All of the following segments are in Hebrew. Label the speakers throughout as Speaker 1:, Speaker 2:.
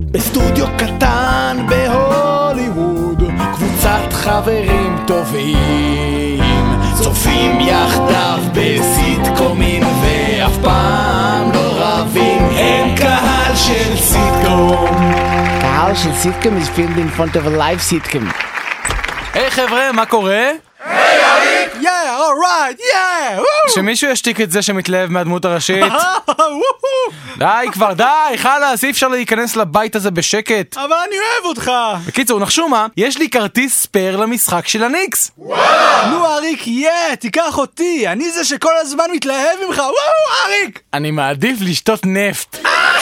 Speaker 1: בסטודיו קטן בהוליווד, קבוצת חברים טובים צופים יחדיו בסיטקומים ואף פעם לא רבים. הם קהל של סיטקום.
Speaker 2: קהל של סיטקום is filmed in front of a live sitcom.
Speaker 3: היי חבר'ה, מה קורה?
Speaker 1: היי אריק!
Speaker 3: Yeah, alright, yeah! שמישהו ישתיק את זה שמתלהב מהדמות הראשית. די כבר, די, חלאס, אי אפשר להיכנס לבית הזה בשקט.
Speaker 4: אבל אני אוהב אותך.
Speaker 3: בקיצור, נחשו מה? יש לי כרטיס ספייר למשחק של הניקס.
Speaker 4: נו אריק, תיקח אותי. אני זה שכל הזמן מתלהב ממך. וואו, אריק!
Speaker 3: אני מעדיף לשתות נפט.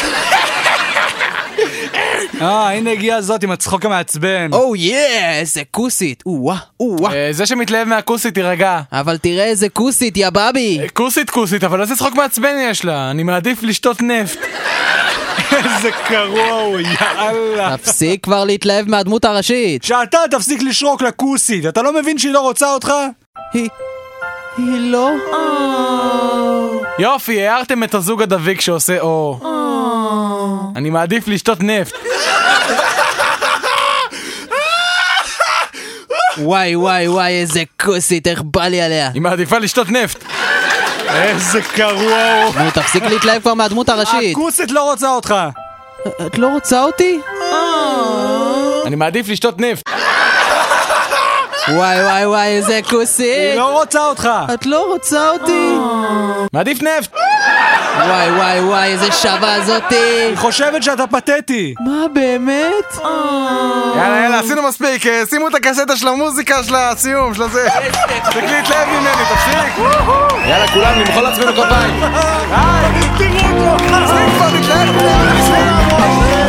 Speaker 4: הנה הגיעה הזאת עם הצחוק המעצבן.
Speaker 5: איזה כוסית.
Speaker 3: זה שמתלהב מהכוסית תירגע.
Speaker 5: אבל תראה איזה כוסית, יא בבי.
Speaker 3: כוסית, אבל איזה צחוק מעצבן יש לה. אני מעדיף לשתות נפט.
Speaker 4: איזה קרוע הוא, יאללה.
Speaker 5: תפסיק כבר להתלהב מהדמות הראשית.
Speaker 4: שאתה תפסיק לשרוק לכוסית. אתה לא מבין שהיא לא רוצה אותך?
Speaker 5: היא לא?
Speaker 3: יופי, הערתם את הזוג הדביק שעושה אני מעדיף לשתות נפט.
Speaker 5: וואי, איזה כוסית, איך בא לי עליה.
Speaker 3: היא מעדיפה לשתות נפט.
Speaker 4: איזה קרוע הוא.
Speaker 5: נו, תפסיק להתלהב כבר מהדמות הראשית.
Speaker 4: הכוסית לא רוצה אותך.
Speaker 5: את לא רוצה אותי?
Speaker 3: אני מעדיף לשתות נפט.
Speaker 5: וואי, איזה כוסית.
Speaker 4: היא לא רוצה אותך.
Speaker 5: את לא רוצה אותי?
Speaker 3: מעדיף נפט.
Speaker 5: וואי, איזה שווה זאתי.
Speaker 4: היא חושבת שאתה פתטי.
Speaker 5: מה באמת?
Speaker 3: יאללה, עשינו מספיק. שימו את הקסטה של המוזיקה של הסיום, של זה. תקליט להתלהב ממני, תפסיק. יאללה, כולם, נמחול לעצמנו כפיים.
Speaker 4: תראו אותו.
Speaker 3: תפסיק כבר, נתלהב.